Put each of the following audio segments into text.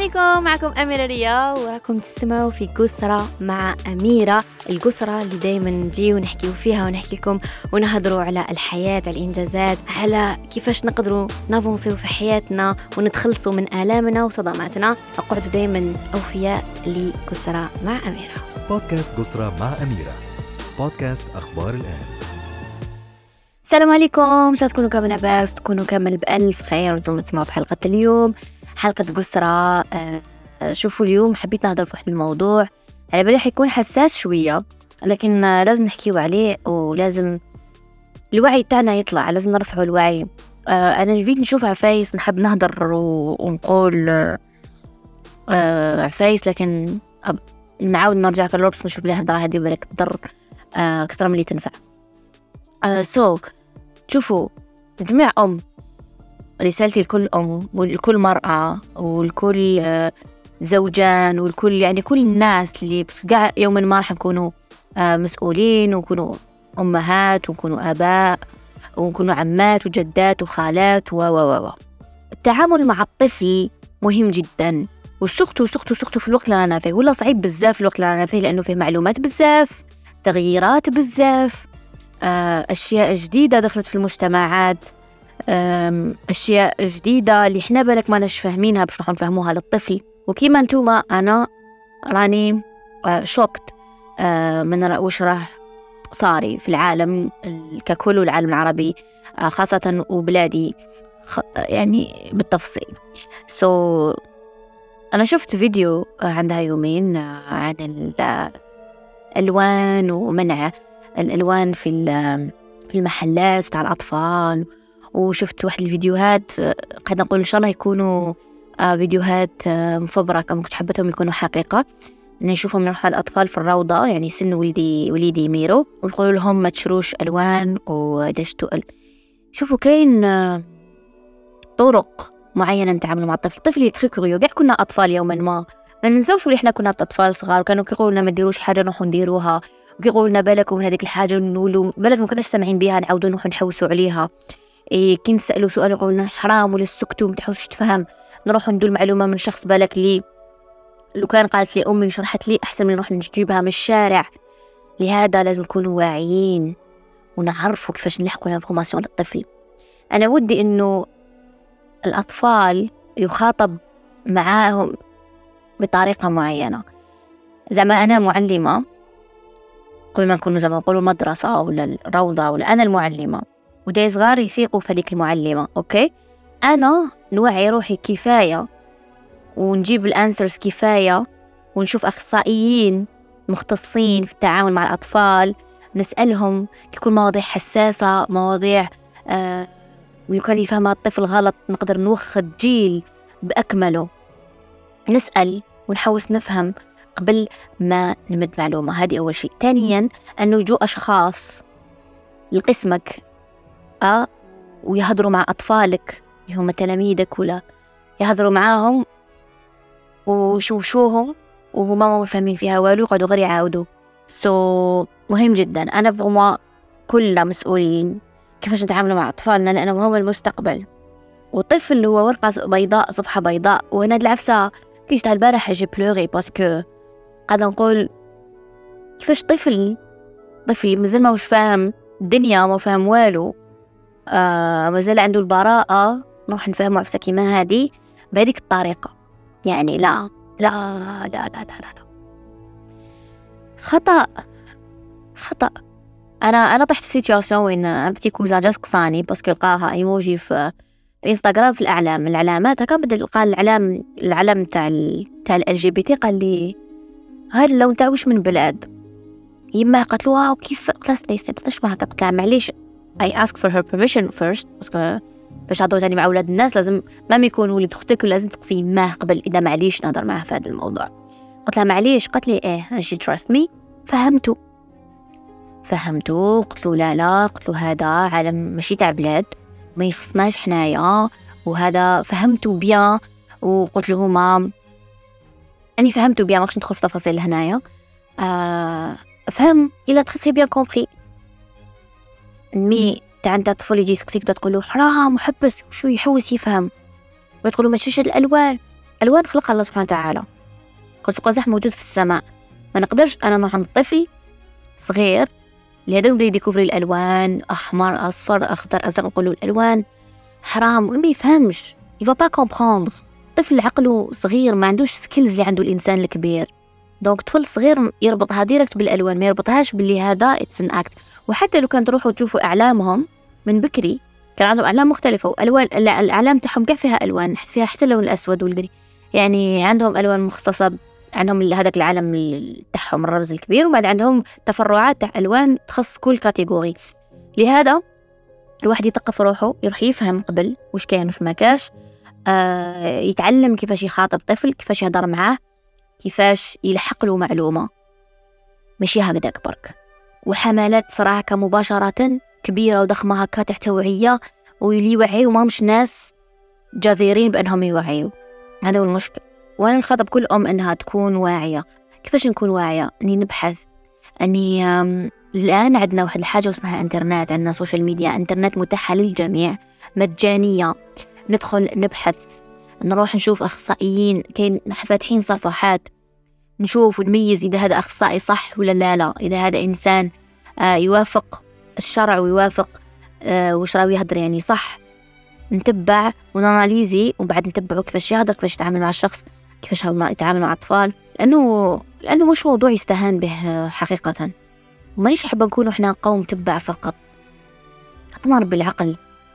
عليكم، معكم أميرة ريا وراكم تسمعوا في قصرة مع أميرة. القصرة اللي دايما نجي ونحكي فيها ونحكي لكم ونهضروا على الحياة، على الإنجازات، على كيفاش نقدروا نافونسيو في حياتنا ونتخلصوا من آلامنا وصدماتنا. أقعدوا دايما أوفياء لقصرة مع أميرة. بودكاست قصرة مع أميرة، بودكاست أخبار الآن. السلام عليكم، إن شاء تكونوا كامل لاباس، تكونوا كامل بألف خير. وانتم تسمعوا في حلقة اليوم، حلقة قصرة. شوفوا اليوم حبيت نهضر في واحد الموضوع على بالي حيكون حساس شوية، لكن لازم نحكيو عليه ولازم الوعي تاعنا يطلع، لازم نرفعوا الوعي. أنا جبت نشوف عفايس، نحب نهضر ونقول عفايس، لكن نعاود نرجع كالروبس نشوف لي هضرة هذه بالك تضر أكثر من اللي تنفع. شوفوا جميع رسالتي لكل ولكل مرأة ولكل زوجان ولكل يعني كل الناس اللي يوما ما راح نكونوا مسؤولين ونكونوا أمهات ونكونوا آباء ونكونوا عمات وجدات وخالات التعامل مع الطفل مهم جدا، وسقطوا في الوقت اللي رانا فيه، ولا صعيب بزاف في الوقت اللي رانا فيه، لأنه فيه معلومات بزاف، تغييرات بزاف، أشياء جديدة دخلت في المجتمعات، أشياء جديدة اللي إحنا بالك ما نش فاهمينها باش نحن نفهموها للطفل. وكيما أنتوما أنا راني شوكت من وش راح صاري في العالم ككل والعالم العربي خاصة وبلادي يعني بالتفصيل. أنا شفت فيديو عندها يومين عن الألوان ومنع الألوان في المحلات تاع الأطفال، وشفت واحد الفيديوهات قاعد نقول إن شاء الله يكونوا فيديوهات مفبركة، ما كنت حبتهم يكونوا حقيقة. نشوفهم نروح الأطفال في الروضة، يعني سن وليدي ميرو، ونقول لهم ما تشروش ألوان وداش تقل. شوفوا كاين طرق معينة نتعامل مع الطفل يتخكريو. قاعد كنا أطفال يوما ما ننسوش اللي إحنا كنا أطفال صغار، كانوا كيقولوا لنا ما ديروش حاجة نروحوا نديروها، وكيقولوا لنا بالك من هذيك الحاجة نقولوا بالك ما كناش سامعين بها نعاودوا نروحوا نحوسوا عليها. كي نسألوا سؤال يقولنا حرام ولا سكتوا ما تحوسش تفهم، نروحوا ندول معلومة من شخص بالك لي لو كان قالت لي أمي شرحت لي أحسن من نروح نجيبها من الشارع. لهذا لازم نكونوا واعيين ونعرفوا كيفاش نلحقوا انفورماسيون للطفل. أنا ودي إنه الأطفال يخاطب معاهم بطريقة معينة. زعما أنا معلمة، كل ما نكونوا زعما نقولوا مدرسة ولا الروضة ولا أنا المعلمة، ودي صغار يثيقوا في هذيك المعلمة، أوكي أنا نوعي روحي كفاية ونجيب الأنسرز كفاية، ونشوف أخصائيين مختصين في التعامل مع الأطفال نسألهم كيكون مواضيع حساسة، مواضيع ويكون يفهمها الطفل غلط، نقدر نوخد جيل بأكمله. نسأل ونحاول نفهم قبل ما نمد معلومة، هذه أول شيء. ثانيا أنه يجوا أشخاص لقسمك ويهضروا مع أطفالك هم تلاميذك، ولا يهضروا معاهم وشوشوهم وهما ما فاهمين فيها والو، يقعدوا غير يعاودوا. مهم جدا. أنا بغما كلنا مسؤولين كيفاش نتعامل مع أطفالنا، لأنهم هم المستقبل. والطفل هو ورقة بيضاء، صفحة بيضاء. وأنا العفسة كيش تاع البارح جي بلوري باسكو قاعدة نقول كيفاش طفل مازال ما وش فاهم الدنيا، ما فاهم والو، مازال عنده البراءة، نروح نفهمه عفسة كيما هذه بهذيك الطريقة. يعني لا لا لا لا لا لا, لا. خطأ. أنا طحت في سيتواسيون وين أبتي كوزا جا سقساني باسكو لقاها ايموجي في انستغرام في العلامات هكا، بدل لقى العلم تاع ال LGBT، قال لي هذا اللون تاع واش من بلاد يما؟ قالت له كيف كلاس ليش ما هكا؟ قلت لها معليش I ask for her permission first، باسكو باش هضروا تاني مع اولاد الناس لازم ما يكون ولد اختك لازم تقصي يماه قبل، اذا معليش نهضر معاه في هذا الموضوع. قلت لها معليش، قالت لي she trust me. فهمته قلت له لا قلت له هذا عالم ماشي تاع بلاد، ما يخصناش حنايا، وهذا فهمته بيان. وقلت له ما اني فهمته بيان، ما كنتش ندخل في تفاصيل هنايا. فهم إلا تخي بيان كومبري. مي تاع عندها طفل يجي يسقسيك تقول له حرام وحبس، وشو يحوس يفهم، وتقول له ما تشوفش الالوان، الألوان خلقها الله سبحانه وتعالى، قوس قزح موجود في السماء. ما نقدرش أنا نروح عند طفل صغير اللي هذا يبدأ يديكوفري الألوان، أحمر أصفر أخضر أزرق، نقول له الألوان حرام، ما يفهمش، يفا با كومبروندر. طفل عقله صغير ما عندوش سكيلز اللي عنده الإنسان الكبير. دونك طفل صغير يربطها ديركت بالألوان، ما يربطهاش باللي هذا اتس ان اكت. وحتى لو كان تروحوا تشوفوا أعلامهم من بكري كان عندهم أعلام مختلفة، وألوان الأعلام تاعهم كاع فيها ألوان، فيها حتى اللون الأسود والقري، يعني عندهم ألوان مخصصة، عندهم هذاك العالم تاعهم الرمز الكبير، وبعد عندهم تفرعات تاع ألوان تخص كل كاتيجوري. لهذا الواحد يثقف روحه، يروح يفهم قبل وش كاين وش ما كاش، يتعلم كيفاش يخاطب طفل، كيفاش يهضر معاه، كيفاش يلحق له معلومة، ماشي هكذاك برك. وحملات صراحة مباشرة كبيرة وضخمة هكا تاع توعية، واللي يوعيوا ما مش ناس جديرين بأنهم يوعيوا، هذا هو المشكل. وأنا نخاطب كل أم أنها تكون واعية. كيفاش نكون واعية؟ أني نبحث، أني الآن عندنا واحد الحاجة اسمها انترنت، عندنا سوشيال ميديا، انترنت متاحة للجميع مجانية، ندخل نبحث، نروح نشوف أخصائيين، كاين فاتحين صفحات، نشوف ونميز إذا هذا أخصائي صح ولا لا، إذا هذا إنسان يوافق الشرع ويوافق وش راوي يهدر يعني صح، نتبع وناناليزي، وبعد نتبعه كيفاش يهدر، كيفاش يتعامل مع الشخص، كيفاش يتعامل مع أطفال، لأنه مش موضوع يستهان به حقيقة. ومانيش حابة نكون إحنا قوم تبع فقط. عطنا رب العقل،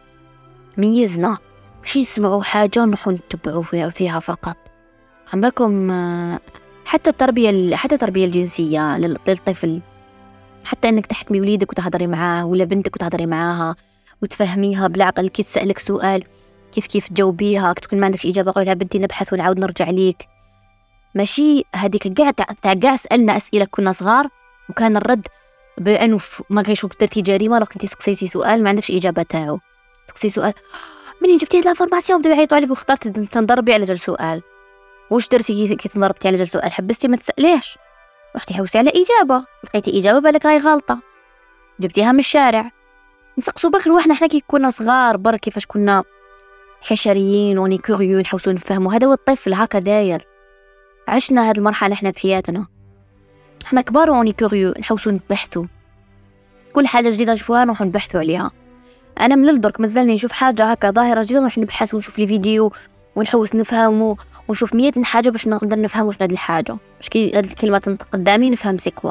ميزنا، مش يسمعوا حاجة ونحن نتبعوا فيها فقط. عندكم حتى التربية الجنسية للطفل، حتى انك تحكمي وليدك وتهضري معاه ولا بنتك وتهضري معاها وتفهميها بالعقل. كي تسألك سؤال كيف تجاوبيها، تكون ما عندكش إجابة قولها بنتي نبحث ونعاود نرجع ليك. ماشي هذيك كاع سألنا أسئلة كنا صغار وكان الرد بأنه ما كاينش درتي جريمة لو كنتي سقسيتي سؤال ما عندكش إجابة تاعو. سقسي سؤال منين جبتي هاد الانفورماسيون، بداو يعيطوا عليك واخترت تنضربي على جال سؤال. واش درتي كي تنضربتي على جال سؤال؟ حبستي ما تسأليش، رحتي حوسي على إجابة، لقيتي إجابة بالك راهي غلطة، جبتيها من الشارع. نسقسوا برك روحنا حنا كي كنا صغار برك كيفاش كنا حشريين وني كوريو، نحوسوا نفهموا. هذا هو الطفل هكا داير. عشنا هاد المرحلة احنا في حياتنا، احنا كبار وني كوريو، نحوسوا نبحثوا كل حاجة جديدة نشوفوها نروح نبحثوا عليها. أنا من الدرك مازالني نشوف حاجة هكا ظاهرة جديدة نروح نبحث ونشوف لي فيديو ونحوس نفهموا ونشوف 100 حاجة باش نقدر نفهم واش هاد الحاجة، باش كي هاد الكلمة تنطق قدامي نفهم سيكوا.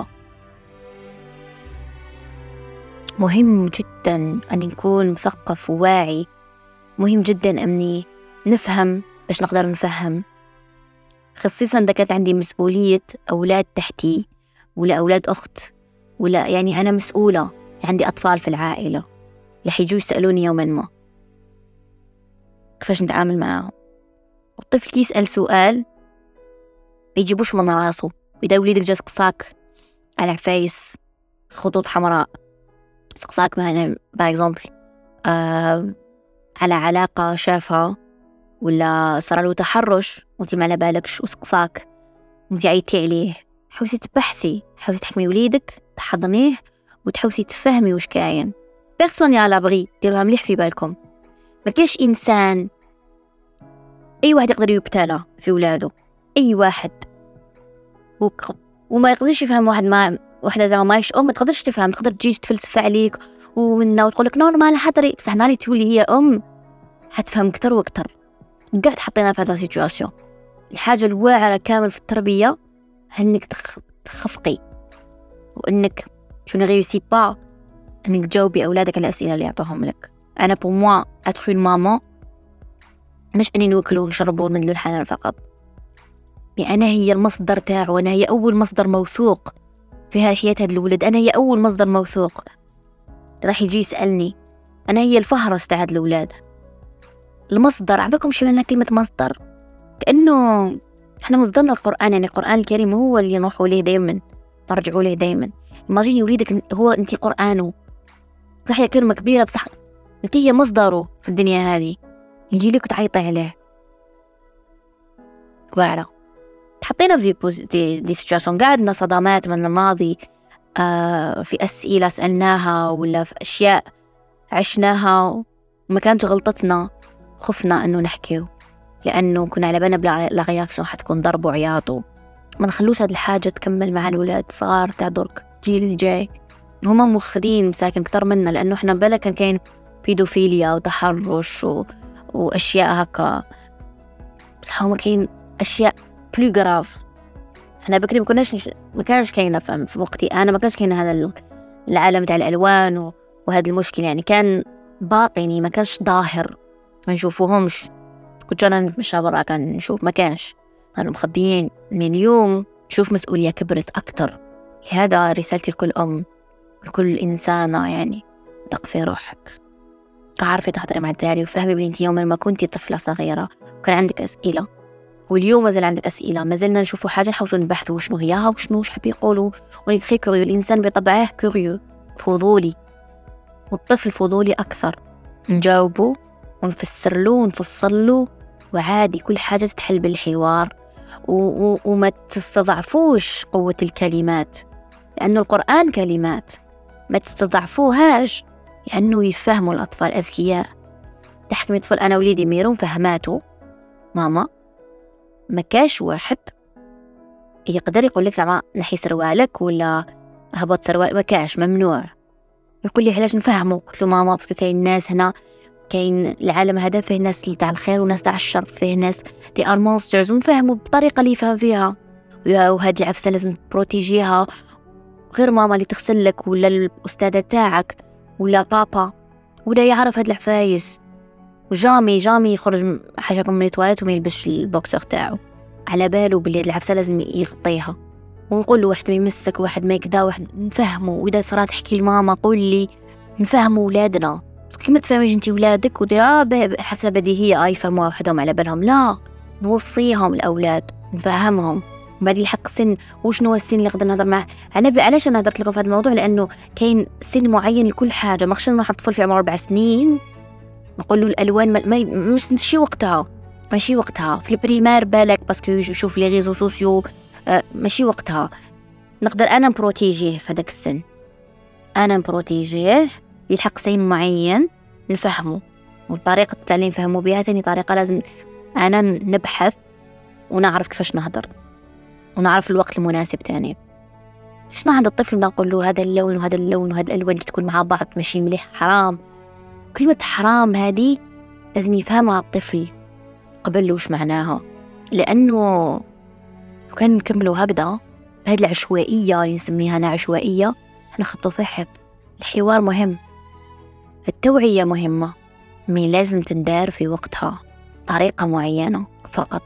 مهم جدا أن نكون مثقف وواعي، مهم جدا أني نفهم باش نقدر نفهم، خصيصا إذا كانت عندي مسؤولية أولاد تحتي ولا أولاد أخت، ولا يعني أنا مسؤولة عندي أطفال في العائلة اللي يجوا يسألوني يوما ما كيفاش نتعامل معاهم. الطفل كي يسأل سؤال ما يجيبوش من راسه. إذا وليدك جا سقساك على عفايس خطوط حمراء، سقساك معنا باغ اكزومبل على علاقة شافها ولا صار له تحرش وانت ما على بالكش وسقساك وانت عيطتي عليه، حوسي تبحثي، حوسي تحكمي وليدك، تحضنيه وتحوسي تفهمي وش كاين. بيرسون يا لابغي، ديروها مليح في بالكم. ما كاش انسان، اي واحد يقدر يبتلى في ولاده، اي واحد، وما يقدرش يفهم واحد ما وحده زعما مايش ما تقدرش تفهم، تقدر تجي تفلسف عليك وتقول لك نورمال حضري، بصح ناري تولي هي حتفهم اكثر واكثر. كاع تحطينا في هذا سيتواسيون. الحاجه الواعره كامل في التربيه انك تخفقي، وانك شنو غيوسي با انك تجاوبي اولادك على الاسئله اللي يعطوهم لك. انا بو موا اتخ اون مامان مش اني نوكلو ونشربو ونمدلو الحنان فقط، يعني انا هي المصدر تاعو، انا هي اول مصدر موثوق في حياة هاد الولد، انا هي اول مصدر موثوق راح يجي يسالني، انا هي الفهرس تاع هاد الولاد، المصدر. عباكم شي معنى كلمه مصدر؟ كانه احنا مصدرنا القران، يعني القران الكريم هو اللي نروحوا ليه دائما، نرجعوا ليه دائما. ماجيني وليدك هو انت قرانه، صح هي كلمه كبيره بصح انت هي مصدره في الدنيا هذه، يجي لك تعيطي عليه. واعره تحطينا في دي سيتواسيون، قاعدنا صدمات من الماضي، في أسئلة سألناها ولا في أشياء عشناها وما كانت غلطتنا، خفنا أنه نحكيه لأنه كنا على بالنا بلا رياكشن حتكون ضرب وعياط. ما نخلوش هاد الحاجة تكمل مع الولاد صغار تاع درك جيل الجاي. هما مخدين مساكن أكتر منا، لأنه إحنا بلا كان كاين بيدوفيليا وتحرش وأشياء هكا، بصح هما كاين أشياء بلو غراف. إحنا بكري ما كانش كاينة في وقتي أنا، ما كانش كاينة هذا العالم تاع الألوان وهذا المشكل، يعني كان باطني ما كانش ظاهر، ما نشوفوهمش. كنت أنا نتمشى برا كان نشوف، ما كانش، كانوا مخبيين. من اليوم شوف مسؤولية كبرت أكتر. هذا رسالتي لكل أم، لكل إنسانة، يعني دق في روحك، تعرفي تحضري مع الداري وفهمي بنتي يوم ما كنتي طفلة صغيرة وكان عندك أسئلة، واليوم ما زال عندك أسئلة، ما زلنا نشوفوا حاجة نحاولوا نبحثوا شنو هيها وشنو حب يقولوا. ونتخي كوريو، الإنسان بطبعه كوريو فضولي، والطفل فضولي أكثر. نجاوبه ونفسر له ونفصل له، وعادي كل حاجة تتحل بالحوار. وما تستضعفوش قوة الكلمات، لأنه القرآن كلمات، ما تستضعفوهاش، لأنه يفهموا الأطفال أذكياء. تحكمي طفل، أنا وليدي ميرون فهماته ماما، ما كاش واحد يقدر يقول لك زعما نحي سروالك ولا هبط سروال، ما كاش، ممنوع. يقول لي علاش نفهمه؟ قلت له ماما باسكو كاين ناس هنا، كاين العالم هذا فيه ناس اللي تاع الخير وناس تاع الشر، فيه ناس دي ار مونسترز، ونفهموا بالطريقه اللي يفهم فيها. وهذه العفسه لازم بروتيجيها، غير ماما اللي تغسل لك ولا الاستاذه تاعك ولا بابا ولا يعرف هاد العفايس. وجامي يخرج حاجه من التواليت وما يلبسش البوكسر تاعو، على باله باللي العفسه لازم يغطيها. ونقول له واحد ما يمسك، واحد ما كذا، واحد نفهمه. واذا صرات تحكي لماما قول لي، نفهموا ولادنا كيما تفهميش انتي ولادك ودير حفسه بديهيه يفهموها وحدهم على بالهم. لا، نوصيهم الاولاد، نفهمهم. بعد الحق سن، وشنو السن اللي نقدر نهضر معه. علاش انا هضرت لكم في هذا الموضوع؟ لانه كاين سن معين لكل حاجه. ما خصناش نحط طفل في عمر 4 سنين نقول له الالوان ماشي وقتها، ماشي وقتها. في البريمير بالك باسكو يشوف لي ريزو سوسيو، ماشي وقتها. نقدر انا نبروتيجيه في هذاك السن، انا نبروتيجيه يلحق سن معين نفهمه. وطريقه التعليم نفهمه بها ثاني طريقه، لازم انا نبحث ونعرف كيفاش نهضر ونعرف الوقت المناسب تاني. شنو عند الطفل نقول له هذا اللون وهذا اللون وهذا الالوان اللي تكون مع بعض ماشي مليح، حرام. كلمه حرام هذه لازم يفهمها الطفل قبل وش معناها، لانه لو كان نكملوا هكذا بهذه العشوائيه اللي نسميها انا عشوائيه، احنا خبطوا في حد. الحوار مهم، التوعيه مهمه، مي لازم تندار في وقتها، طريقه معينه فقط.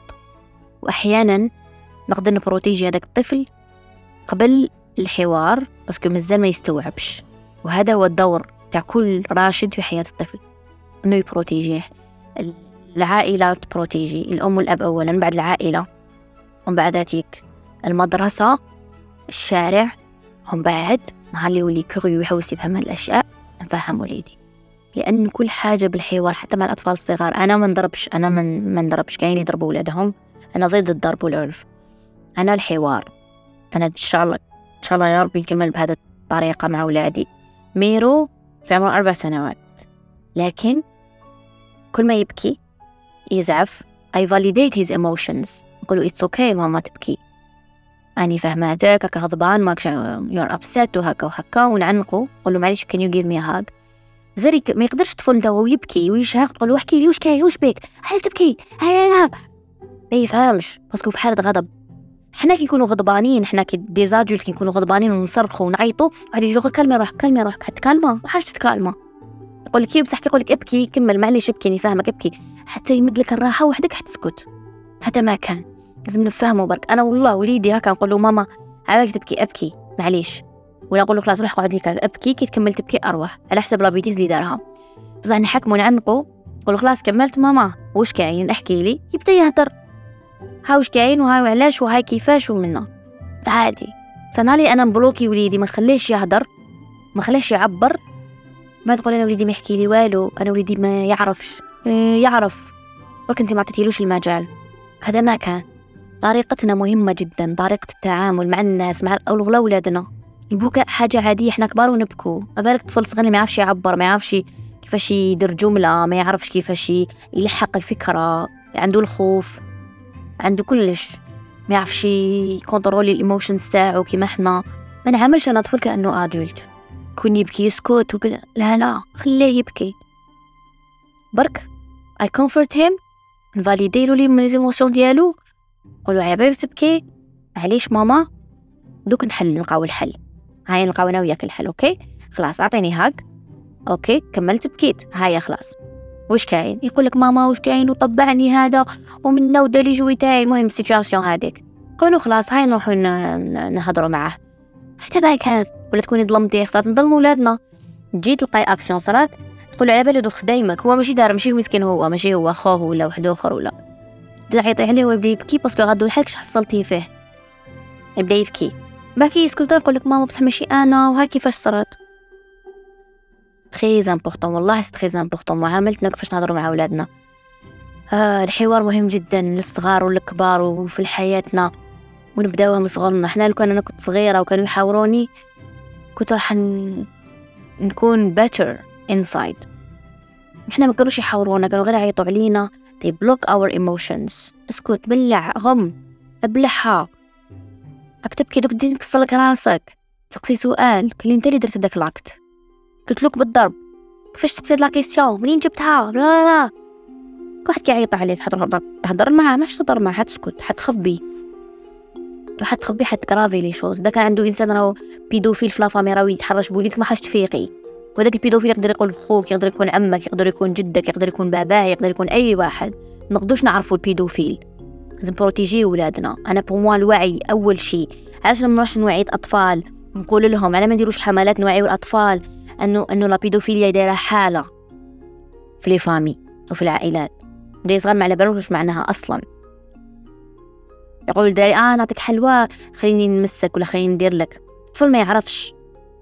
واحيانا نقدر نبروتيجي هذاك الطفل قبل الحوار باسكو مازال ما يستوعبش. وهذا هو الدور تاع كل راشد في حياة الطفل، انه يبروتيجيه. العائلة تبروتيجي، الام والاب اولا، بعد العائلة، ومن بعد ذاتيك المدرسة، الشارع، هم بعد نهار اللي يولي كوريو يحوس يفهم الاشياء نفهم وليدي. لان كل حاجة بالحوار حتى مع الاطفال الصغار. انا ما نضربش، كاين يضربوا ولادهم، انا ضد الضرب والعنف. أنا الحوار. أنا إن شاء الله يا رب نكمل بهذا الطريقة مع أولادي. ميرو في عمر 4 سنوات، لكن كل ما يبكي يزعف I validate his emotions. نقوله it's okay ماما تبكي، أني فهمتك، هكا غضبان ماك you're upset وهكا ونعنقه. نقوله معليش can you give me a hug. ما يقدرش طفل ده ويبكي ويشهق. نقوله احكي لي واش كاين، واش بيك، هل تبكي، هل ما يفهمش باسكو في حالة غضب. حنا كي نكونوا غضبانين، حنا كي ديزاجول كي نكونوا غضبانين ونصرخوا ونعيطوا، غادي يجي يقول كلمي روحك حتكلمه، ما حاجه تتكلمه. يقول لك بصح يقول لك ابكي، كمل معليش ابكي، نفهمك ابكي، حتى يمد لك الراحه وحدك حتسكت. حتى ما كان لازم نفهمه برك. انا والله وليدي هكا نقول له ماما عاوك تبكي ابكي معليش، ولا نقول له خلاص روح قعد لك ابكي، كي تكمل تبكي اروح على حسب لابيتيز اللي دارها. بصح نحكموا نعنقوا، نقول له خلاص كملت ماما واش كاين احكي لي، يبدا يهدر هاوش كاين وهاي علاش وهاي كيفاش ومنا عادي. سنالي انا مبلوكي وليدي، ما نخليش يهدر، ما خليش يعبر. ما تقول انا وليدي ما يحكي لي والو، انا وليدي ما يعرفش. يعرف برك انت ما عطيتيلوش المجال. هذا ما كان. طريقتنا مهمه جدا، طريقه التعامل مع الناس، مع اولادنا. البكاء حاجه عاديه، احنا كبار ونبكوا، ما بالك طفل صغير ما يعرفش يعبر، ما يعرفش كيفاش يدير جمله، ما يعرفش كيفاش يلحق الفكره. عنده الخوف، عنده كلش، ما يعرفش يكونترولي الايموشنز تاعو كيما احنا. ما نعملش انا طفل كانه ادولت كون يبكي يسكت لا خليه يبكي برك. I comfort him، نفاليديلو لي من الايموشن ديالو، نقولوا يا بيبي تبكي معليش ماما، دوك نلقاو الحل. هاي نلقاو انا وياك الحل. اوكي خلاص اعطيني هاك، اوكي كملت بكيت، هيا خلاص واش كاين؟ يقولك ماما واش كاين وطبعني هذا ومنا ودالي جوي تاعي. المهم السيتواسيون هذيك قولوا خلاص هاي نروحوا نهضروا معاه. حتى باك كانت ولا تكوني ظلمتيه خاطر نظلموا ولادنا، تجي تلقاي اكسيون صرات تقول على بالو خدايمك، هو ماشي دار، ماشي مسكين، هو ماشي هو خوه ولا واحد اخر ولا تعيطي عليه ويبدا يبكي باسكو غادو الحالك حصلتيه فيه، يبدا يبكي باكي يسكت يقول لك ماما بصح ماشي انا وها كيفاش صرات. تري امبورطون والله تري امبورطون معاملتنا كيفاش نهضروا مع اولادنا. الحوار مهم جدا للصغار والكبار وفي حياتنا، ونبداوها من صغرنا. احنا لو كان انا كنت صغيره وكانوا يحاوروني كنت راح نكون better inside. احنا ما كانوش يحاورونا، كانوا غير يعيطوا علينا. they block our emotions. اسكت بلع غم ابلعها، تبكي دوك تزيد تكسلك راسك، تسقسي سؤال كلي انت اللي درت داك لاكت، قلت لك بالضرب كيفاش تسيد لا كيسيون منين جبتها لا واحد كيعيط عليك تهضر معاه ماش تهضر معاه، حتسكت حتخبي حتكرافي لي شوز. دا كان عنده انسان راهو بيدوفيل في لافامي راهو يتحرش بوليدك ما حاش تفيقي، وهذاك البيدوفيل يقدر يكون خوك، يقدر يكون عمك، يقدر يكون جدك، يقدر يكون باباه، يقدر يكون اي واحد. نقدوش نعرفوا البيدوفيل، لازم بروتيجي ولادنا. انا بوموا الوعي اول شيء. علاش ما نروحش نوعي الاطفال نقول لهم انا ما نديروش حملات نوعيو الاطفال انه لا بيدوفيليا دايره حاله في لي فامي وفي العائلات. دي صغار ما على بالوش واش معناها اصلا. يقول الدراري نعطيك حلوى خليني نمسك ولا خليني ندير لك، الطفل ما يعرفش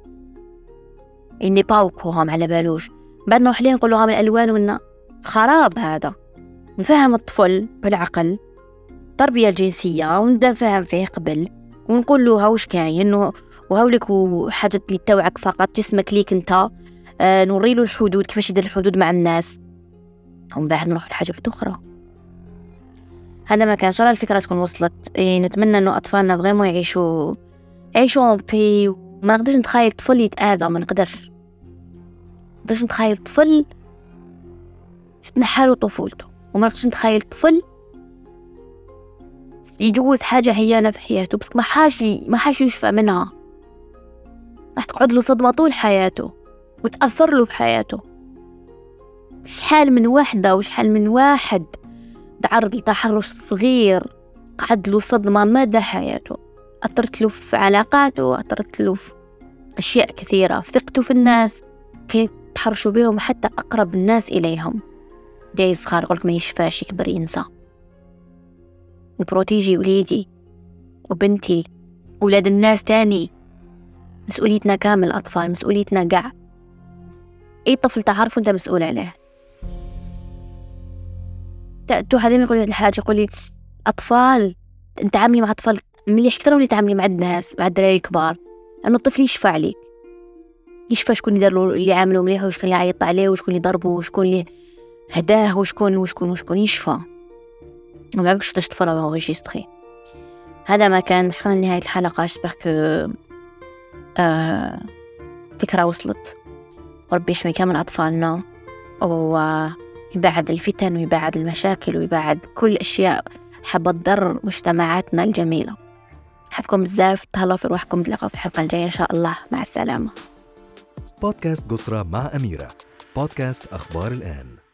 اني باوكوهم على بالوش. بعد نروح ليه نقول له من الالوان ونا خراب هذا. نفهم الطفل بالعقل التربيه الجنسيه ونبدا نفهم فيه قبل ونقول له ها واش كاين وهاولك حاجه اللي توعك فقط جسمك ليك انت. نوري له الحدود كيفاش يدير الحدود مع الناس، ومن بعد نروح لحاجه اخرى. هذا ما كان. ان شاء الله الفكره تكون وصلت. نتمنى انه اطفالنا فريمون يعيشوا بي. ما نقدرش نتخيل طفل يتاذى، ما نقدرش نتخيل طفل تنحالو طفولته، وما نقدرش نتخيل طفل يجوز حاجه هيانه في حياته بس ما حاش يشفى منها، راح تقعد له صدمه طول حياته وتاثر له في حياته. شحال من وحده وشحال من واحد تعرض لتحرش صغير قعد له صدمه مدى حياته، اثرت له في علاقاته، اثرت له في اشياء كثيره، في ثقته في الناس، كي تحرشوا بهم حتى اقرب الناس اليهم. داي صغار يقولك ما يشفاش يكبر ينسى. البروتيجي وليدي وبنتي ولاد الناس تاني، مسؤوليتنا كامل. اطفال مسؤوليتنا قاع. اي طفل تعرفه انت مسؤول عليه. تو هذا يقول لي الحاجه، يقول لي اطفال انت تعاملي مع اطفال مليح اكثر من اللي تعاملي مع الناس مع الدراري الكبار، لانه الطفل يشفى عليك، يشفى شكون اللي دار له اللي عامله مليح وشكون اللي عيط عليه وشكون اللي ضربه وشكون اللي هداه وشكون يشفى. وما بكش تطفل او ريجستري. هذا ما كان. حنا لنهايه الحلقه. اشبه فكره وصلت. وربي يحمي كامل اطفالنا ويبعد الفتن ويبعد المشاكل ويبعد كل اشياء حابه تضر مجتمعاتنا الجميله. حبكم بزاف. تهلاو في روحكم. نتلاقاو في الحلقه الجايه ان شاء الله. مع السلامه. بودكاست قسرة مع أميرة، بودكاست أخبار الآن.